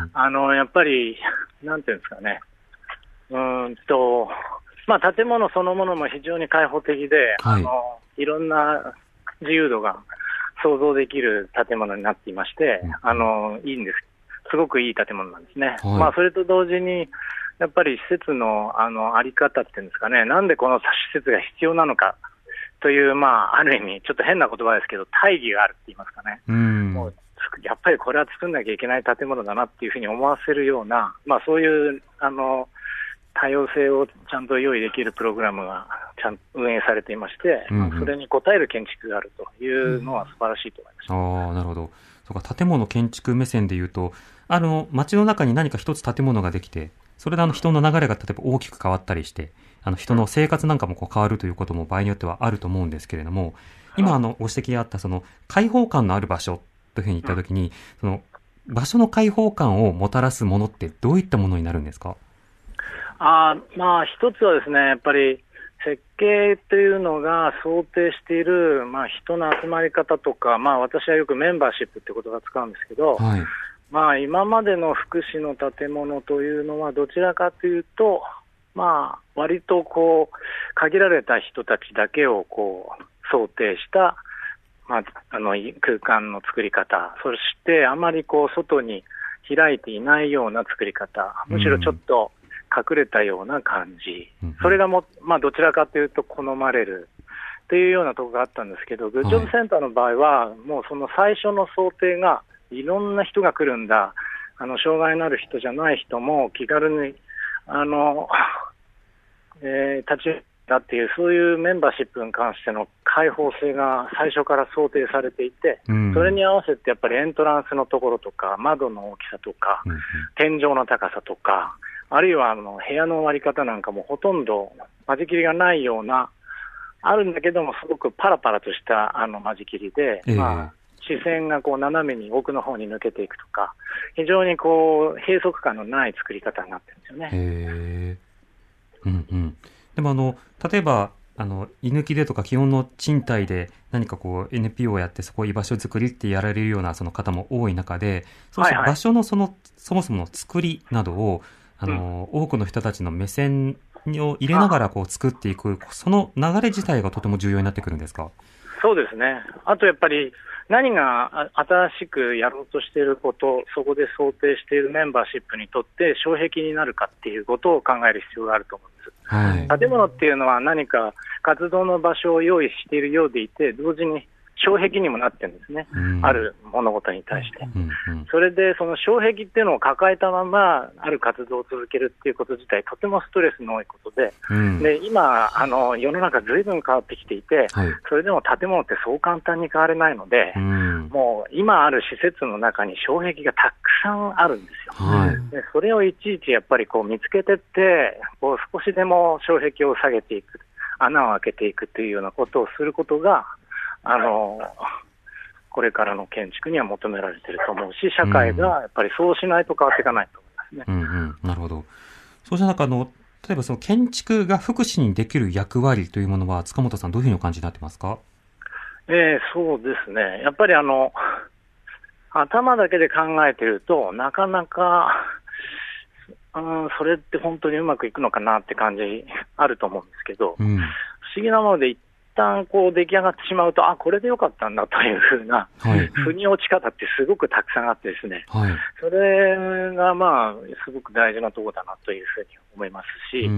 S7: あの、やっぱり、なんていうんですかね、うーんと、まあ、建物そのものも非常に開放的で、はい、あの、いろんな自由度が想像できる建物になっていまして、うん、あの、いいんです。すごくいい建物なんですね。はい、まあ、それと同時に、やっぱり施設の、あの、あり方っていうんですかね、なんでこの施設が必要なのかという、まあ、ある意味、ちょっと変な言葉ですけど、大義があるって言いますかね。うん、もうやっぱりこれは作んなきゃいけない建物だなっていうふうに思わせるような、まあ、そういう、あの、多様性をちゃんと用意できるプログラムがちゃんと運営されていまして、うんうん、それに応える建築があるというのは素晴らしいと思いました。うん、
S4: ああ、なるほど。そうか、建物建築目線でいうと、あの、街の中に何か一つ建物ができて、それであの人の流れが例えば大きく変わったりして、あの人の生活なんかもこう変わるということも場合によってはあると思うんですけれども、今あのご指摘があったその開放感のある場所というふうに言ったときに、その場所の開放感をもたらすものってどういったものになるんですか？
S7: あまあ、一つはですね、やっぱり設計というのが想定している、まあ、人の集まり方とか、まあ、私はよくメンバーシップって言葉を使うんですけど、はい、まあ、今までの福祉の建物というのはどちらかというと、まあ、割とこう限られた人たちだけをこう想定した、まあ、あの空間の作り方、そしてあまりこう外に開いていないような作り方、むしろちょっと隠れたような感じ、うん、それがも、まあ、どちらかというと好まれるというようなところがあったんですけど、グッジョブセンターの場合は、はい、もうその最初の想定がいろんな人が来るんだ、あの障害のある人じゃない人も気軽にあの、えー、立ちだっていう、そういうメンバーシップに関しての開放性が最初から想定されていて、うん、それに合わせてやっぱりエントランスのところとか窓の大きさとか、うん、天井の高さとか、あるいはあの部屋の割り方なんかもほとんど間仕切りがないような、あるんだけどもすごくパラパラとしたあの間仕切りで、えーまあ、視線がこう斜めに奥の方に抜けていくとか、非常にこう閉塞感のない作り方になってるんですよね。
S4: へー、うんうん、でもあの例えばあの居抜きでとか基本の賃貸で何かこう エヌピーオー をやってそこ居場所作りってやられるようなその方も多い中で、そうした場所のその、はいはい、そもそもの作りなどをあの、うん、多くの人たちの目線を入れながらこう作っていく、その流れ自体がとても重要になってくるんですか？
S7: そうですね。あとやっぱり何が新しくやろうとしていること、そこで想定しているメンバーシップにとって障壁になるかっていうことを考える必要があると思うんです。はい、建物っていうのは何か活動の場所を用意しているようでいて、同時に障壁にもなってるんですね、うん、ある物事に対して、うんうん、それでその障壁っていうのを抱えたままある活動を続けるっていうこと自体とてもストレスの多いことで、うん、で今あの世の中ずいぶん変わってきていて、はい、それでも建物ってそう簡単に変われないので、うん、もう今ある施設の中に障壁がたくさんあるんですよ、はい、でそれをいちいちやっぱりこう見つけてってこう少しでも障壁を下げていく、穴を開けていくというようなことをすることがあのこれからの建築には求められていると思うし、社会がやっぱりそうしないと変わっていかないと思いますね。
S4: うんうん、なるほど。そうした中あの例えばその建築が福祉にできる役割というものは塚本さんどういうふうにお感じになってますか？
S7: えー、そうですね。やっぱりあの頭だけで考えているとなかなか、うん、それって本当にうまくいくのかなって感じあると思うんですけど、うん、不思議なもので一旦こう出来上がってしまうと、あ、これでよかったんだというふうな、はい、腑に落ち方ってすごくたくさんあってですね、はい、それがまあすごく大事なところだなというふうに思いますし、うん、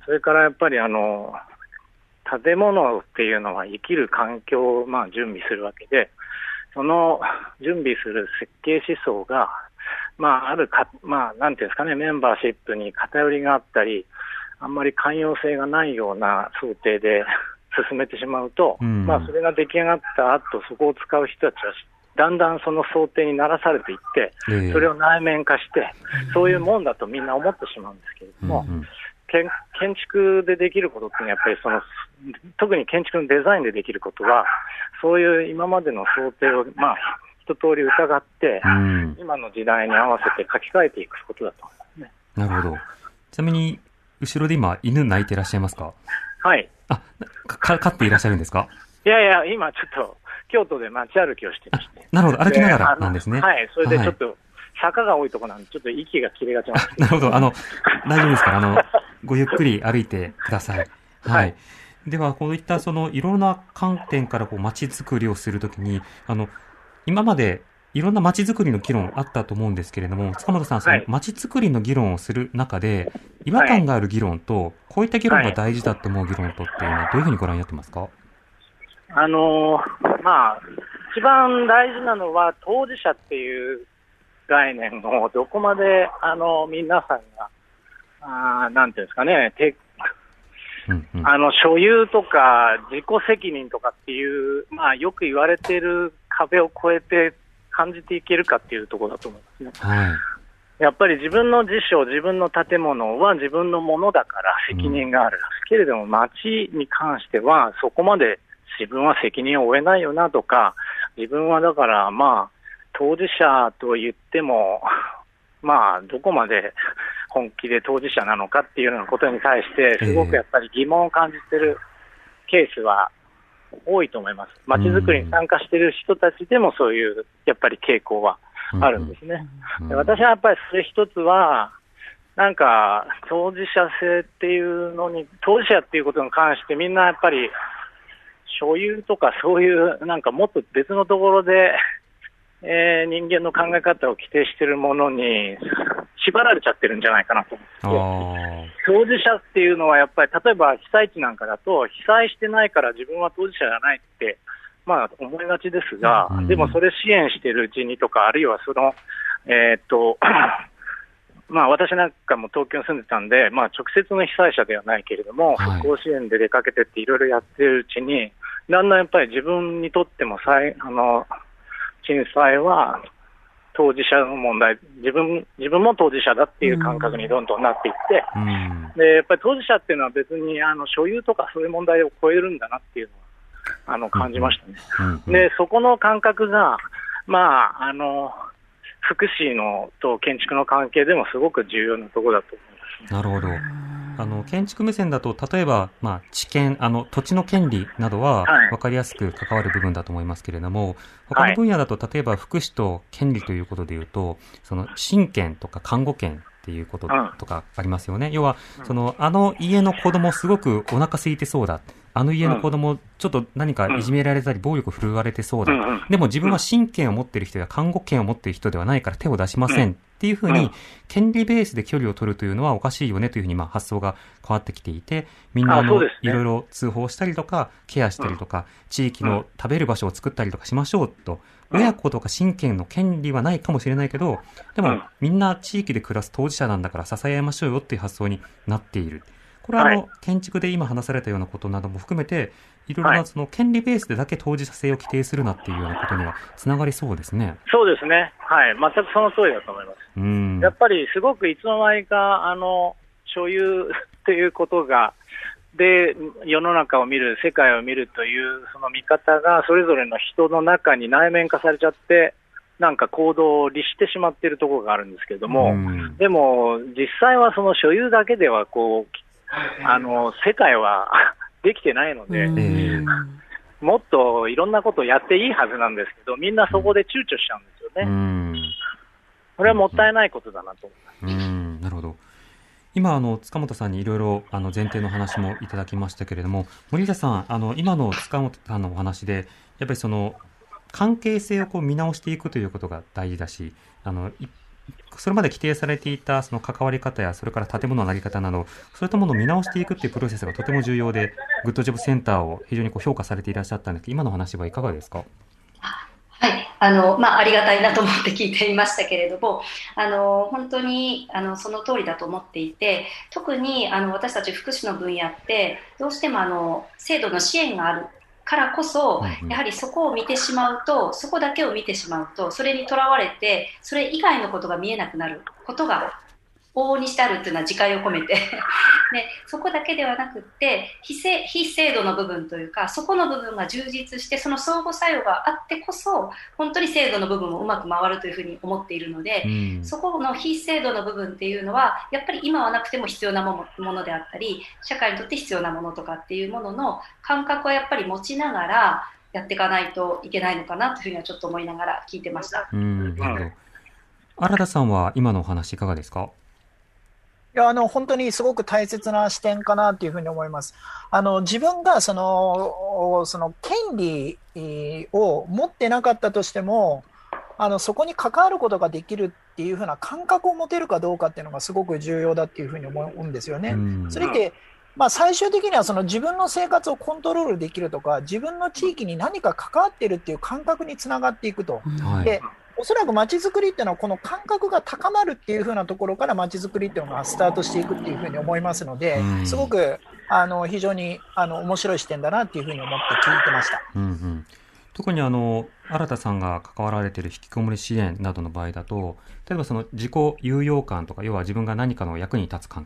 S7: それからやっぱりあの建物っていうのは生きる環境をまあ準備するわけで、その準備する設計思想が、まああるか、まあなんていうんですかね、メンバーシップに偏りがあったり、あんまり寛容性がないような想定で進めてしまうと、うん、まあそれが出来上がった後、そこを使う人たちはだんだんその想定にならされていって、えー、それを内面化して、そういうもんだとみんな思ってしまうんですけれども、うんうん、建, 建築でできることってやっぱりその特に建築のデザインでできることは、そういう今までの想定をまあ一通り疑って、うん、今の時代に合わせて書き換えていくことだと思いますね。
S4: なるほど。ちなみに後ろで今犬鳴いていらっしゃいますか？
S7: はい。
S4: あ、か飼っていらっしゃるんですか？
S7: いやいや、今ちょっと京都で街歩きをしてまして。
S4: なるほど、歩きながらなんですね。
S7: はい、それでちょっと坂が多いところなんでちょっと息が切れがちなんですけど。
S4: なるほど、あの大丈夫ですから、あのごゆっくり歩いてください。はい。はい、ではこういったそのいろんな観点からこう街づくりをするときに、あの今までいろんな街づくりの議論あったと思うんですけれども、塚本さん、その街づくりの議論をする中で、はい、違和感がある議論と、こういった議論が大事だと思う議論とっていうのはどういうふうにご覧になってますか？
S7: あのー、まあ一番大事なのは当事者っていう概念をどこまであの皆さんがあなんていうんですかね、てうんうん、あの所有とか自己責任とかっていう、まあ、よく言われている壁を越えて感じていけるかっていうところだと思いますね。はい、やっぱり自分の辞書、自分の建物は自分のものだから責任がある、うん、けれども街に関してはそこまで自分は責任を負えないよなとか、自分はだからまあ当事者と言ってもまあどこまで本気で当事者なのかっていうようなことに対してすごくやっぱり疑問を感じているケースは多いと思います。まちづくりに参加している人たちでもそういうやっぱり傾向はあるんですね。で私はやっぱりそれ一つはなんか当事者性っていうのに、当事者っていうことに関してみんなやっぱり所有とかそういうなんかもっと別のところで、えー、人間の考え方を規定しているものに縛られちゃってるんじゃないかなと思って、当事者っていうのはやっぱり例えば被災地なんかだと被災してないから自分は当事者じゃないってまあ思いがちですが、うん、でもそれ支援しているうちにとか、あるいはそのえー、っとまあ、私なんかも東京に住んでたんで、まあ、直接の被災者ではないけれども、はい、復興支援で出かけてっていろいろやってるうちに、だんだんやっぱり自分にとっても災あの震災は当事者の問題、自分自分も当事者だっていう感覚にどんどんなっていって、うん、でやっぱり当事者っていうのは別にあの所有とかそういう問題を超えるんだなっていうのはあの感じましたね。うんうん、でそこの感覚が、まああの福祉のと建築の関係でもすごく重要なところだと思います。
S4: なるほど。あの建築目線だと例えば、まあ、地権あの土地の権利などは分かりやすく関わる部分だと思いますけれども、はい、他の分野だと例えば福祉と権利ということでいうと、その親権とか看護権っていうこととかありますよね。うん、要はそのあの家の子供すごくお腹空いてそうだ、あの家の子供ちょっと何かいじめられたり暴力振るわれてそうだ、でも自分は親権を持っている人や看護権を持っている人ではないから手を出しませんっていうふうに権利ベースで距離を取るというのはおかしいよねというふうにまあ発想が変わってきていて、みんなあのいろいろ通報したりとかケアしたりとか地域の食べる場所を作ったりとかしましょうと、親子とか親権の権利はないかもしれないけど、でもみんな地域で暮らす当事者なんだから支え合いましょうよっていう発想になっている。これはあの建築で今話されたようなことなども含めていろいろなその権利ベースでだけ当事者性を規定するなっていうようなことにはつながりそうですね。
S7: そうですね。はい。全くその通りだと思います。うん。やっぱりすごくいつの間にかあの所有ということがで世の中を見る、世界を見るというその見方がそれぞれの人の中に内面化されちゃって、なんか行動を律してしまっているところがあるんですけれども、うん、でも実際はその所有だけではこうあの世界はできてないので、もっといろんなことをやっていいはずなんですけど、みんなそこで躊躇しちゃうんですよね。うん、これはもったいないことだなと思います。
S4: うん、なるほど。今あの塚本さんにいろいろあの前提の話もいただきましたけれども、森田さん、あの今の塚本さんのお話でやっぱりその関係性をこう見直していくということが大事だし、あのそれまで規定されていたその関わり方やそれから建物の在り方などそういったものを見直していくというプロセスがとても重要で、グッドジョブセンターを非常にこう評価されていらっしゃったんですけど、今の話はいかがですか？
S6: はい、あのまあ、ありがたいなと思って聞いていましたけれども、あの本当にあのその通りだと思っていて、特にあの私たち福祉の分野ってどうしてもあの制度の支援があるからこそ、やはりそこを見てしまうと、そこだけを見てしまうと、それにとらわれてそれ以外のことが見えなくなることが往々にしてあるというのは自戒を込めてで、そこだけではなくって非制、非制度の部分というか、そこの部分が充実してその相互作用があってこそ本当に制度の部分もうまく回るというふうに思っているので、うん、そこの非制度の部分っていうのはやっぱり今はなくても必要なものであったり、社会にとって必要なものとかっていうものの感覚はやっぱり持ちながらやっていかないといけないのかなというふうにはちょっと思いながら聞いてました。うん、なるほど。
S4: 新田さんは今のお話いかがですか？
S5: いや、あの本当にすごく大切な視点かなというふうに思います。あの自分がその、その権利を持ってなかったとしても、あのそこに関わることができるっていうふうな感覚を持てるかどうかっていうのがすごく重要だっていうふうに思うんですよね。それって、まあ、最終的にはその自分の生活をコントロールできるとか、自分の地域に何か関わってるっていう感覚につながっていくと。はい、でおそらく街づくりっていうのはこの感覚が高まるっていう風なところから街づくりっていうのがスタートしていくっていう風に思いますので、すごくあの非常にあの面白い視点だなっていう風に思って聞いてました。
S4: うんうん、特にあの新田さんが関わられている引きこもり支援などの場合だと、例えばその自己有用感とか、要は自分が何かの役に立つ感覚、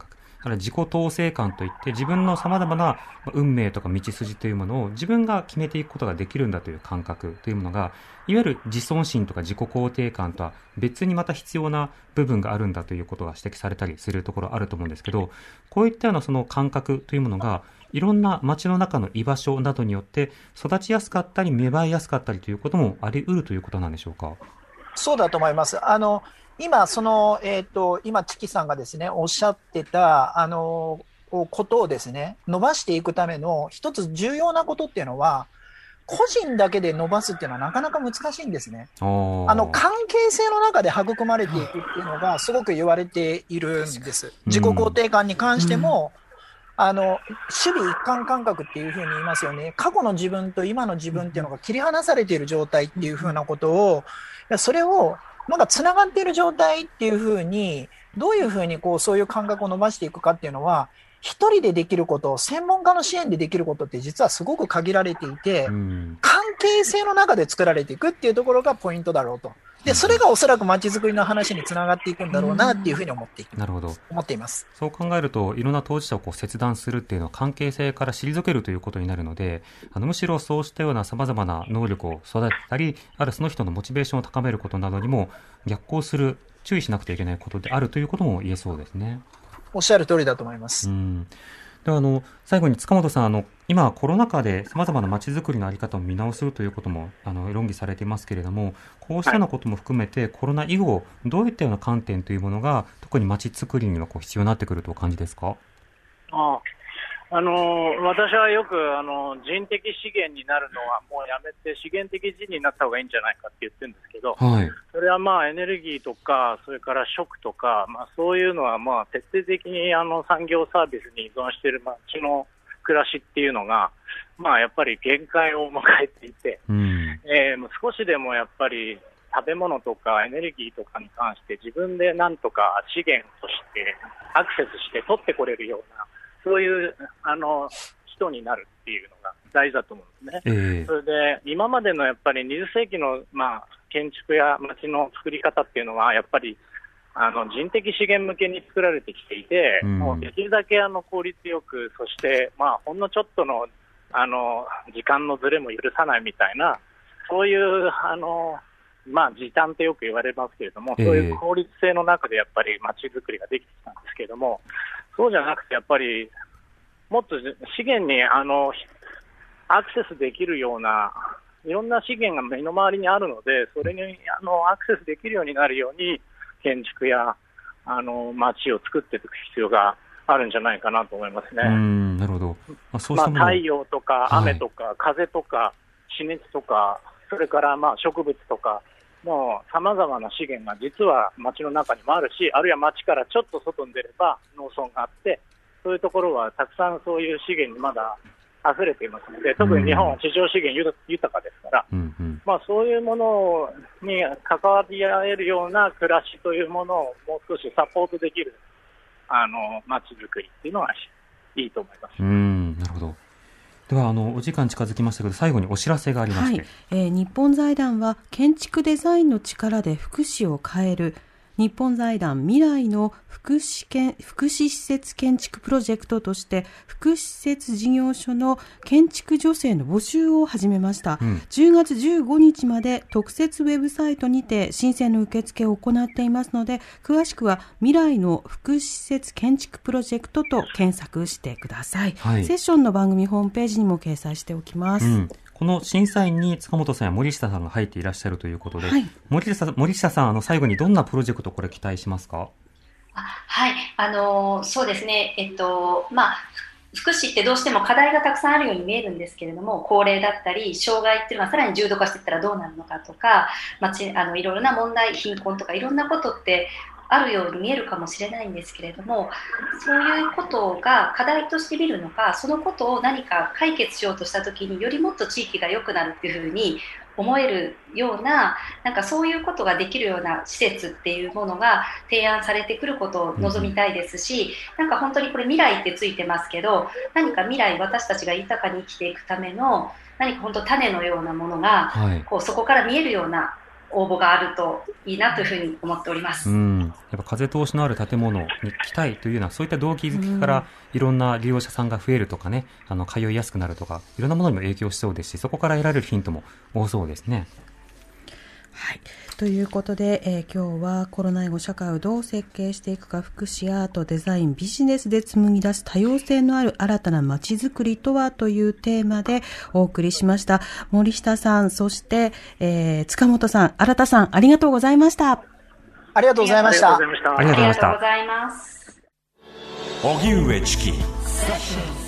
S4: から自己統制感といって自分の様々な運命とか道筋というものを自分が決めていくことができるんだという感覚というものが、いわゆる自尊心とか自己肯定感とは別にまた必要な部分があるんだということが指摘されたりするところあると思うんですけど、こういったようなその感覚というものがいろんな街の中の居場所などによって育ちやすかったり芽生えやすかったりということもあり得るということなんでしょうか。
S5: そうだと思います。あの今その、えーと、今チキさんがですねおっしゃってたあのことをですね伸ばしていくための一つ重要なことっていうのは、個人だけで伸ばすっていうのはなかなか難しいんですね。あの関係性の中で育まれていくっていうのがすごく言われているんです。自己肯定感に関しても、うん、あの守備一貫感覚っていうふうに言いますよね。過去の自分と今の自分っていうのが切り離されている状態っていうふうなことを、それをなんかつながっている状態っていうふうに、どういうふうにこうそういう感覚を伸ばしていくかっていうのは、一人でできること、専門家の支援でできることって実はすごく限られていて、うん、関係性の中で作られていくっていうところがポイントだろうと。で、それがおそらく街づくりの話につながっていくんだろうなっていうふうに思っていく、うん、なるほど思っています。
S4: そう考えると、いろんな当事者をこう切断するっていうのは関係性から退けるということになるので、あのむしろそうしたような様々な能力を育てたり、あるいはその人のモチベーションを高めることなどにも逆行する、注意しなくてはいけないことであるということも言えそうですね。
S5: おっしゃる通りだと思います。
S4: うん、ではあの最後に塚本さん、あの今コロナ禍で様々な街づくりの在り方を見直すということもあの論議されていますけれども、こうしたようなことも含めて、はい、コロナ以後どういったような観点というものが特に街づくりにはこう必要になってくるとお感じですか。
S7: ああの私はよくあの人的資源になるのはもうやめて資源的人になった方がいいんじゃないかって言ってるんですけど、はい、それはまあエネルギーとかそれから食とか、まあ、そういうのはまあ徹底的にあの産業サービスに依存している街の暮らしっていうのが、まあ、やっぱり限界を迎えていて、うんえー、少しでもやっぱり食べ物とかエネルギーとかに関して自分でなんとか資源としてアクセスして取ってこれるようなそういうあの人になるっていうのが大事だと思うんですね、えー、それで今までのやっぱりにじゅっせいきの、まあ、建築や街の作り方っていうのはやっぱりあの人的資源向けに作られてきていて、うん、もうできるだけあの効率よく、そして、まあ、ほんのちょっとの、あの時間のずれも許さないみたいな、そういうあの、まあ、時短ってよく言われますけれども、そういう効率性の中でやっぱり街づくりができてきたんですけれども、そうじゃなくてやっぱりもっと資源にあのアクセスできるようないろんな資源が目の周りにあるので、それにあのアクセスできるようになるように建築やあの街を作っていく必要があるんじゃないかなと思いますね。
S4: うん、なるほど。まあ、そうしたもの、
S7: まあ、太陽とか雨とか、はい、風とか地熱とか、それからまあ植物とか、もう様々な資源が実は街の中にもあるし、あるいは街からちょっと外に出れば農村があって、そういうところはたくさんそういう資源にまだ溢れていますので、特に日本は地上資源豊かですから、うんうん、まあ、そういうものに関わり合えるような暮らしというものをもう少しサポートできるあの街づくりっていうのはいいと思います。
S4: うん、なるほど。ではあのお時間近づきましたけど、最後にお知らせがありまして、
S3: はい、えー、日本財団は建築デザインの力で福祉を変える日本財団未来の福祉建福祉施設建築プロジェクトとして福祉施設事業所の建築助成の募集を始めました、うん、じゅうがつじゅうごにちまで特設ウェブサイトにて申請の受付を行っていますので、詳しくは未来の福祉施設建築プロジェクトと検索してください、はい、セッションの番組ホームページにも掲載しておきます、うん、
S4: この審査員に塚本さんや森下さんが入っていらっしゃるということで、はい、森下、森下さん、あの最後にどんなプロジェクトこれ期待しますか？
S6: はい、あのそうですね、えっとまあ、福祉ってどうしても課題がたくさんあるように見えるんですけれども、高齢だったり障害っていうのはさらに重度化していったらどうなるのかとか、街あのいろいろな問題、貧困とかいろんなことってあるように見えるかもしれないんですけれども、そういうことが課題として見るのか、そのことを何か解決しようとしたときによりもっと地域が良くなるっていうふうに思えるような、なんかそういうことができるような施設っていうものが提案されてくることを望みたいですし、なんか本当にこれ未来ってついてますけど、何か未来私たちが豊かに生きていくための何か本当種のようなものが、はい、こうそこから見えるような応募があるといいなというふうに思っております。
S4: うん、やっぱ風通しのある建物に来たいというようなそういった動機づけからいろんな利用者さんが増えるとかね、あの通いやすくなるとかいろんなものにも影響しそうですし、そこから得られるヒントも多そうですね。
S3: はい、ということで、えー、今日はコロナ後社会をどう設計していくか、福祉、アート、デザイン、ビジネスで紡ぎ出す多様性のある新たな街づくりとはというテーマでお送りしました。森下さん、そして、えー、塚本さん、新さん、ありがとうございました。
S5: ありがとうございました。
S4: ありがとうございました。
S6: ありがとうございます。
S2: 荻上チキ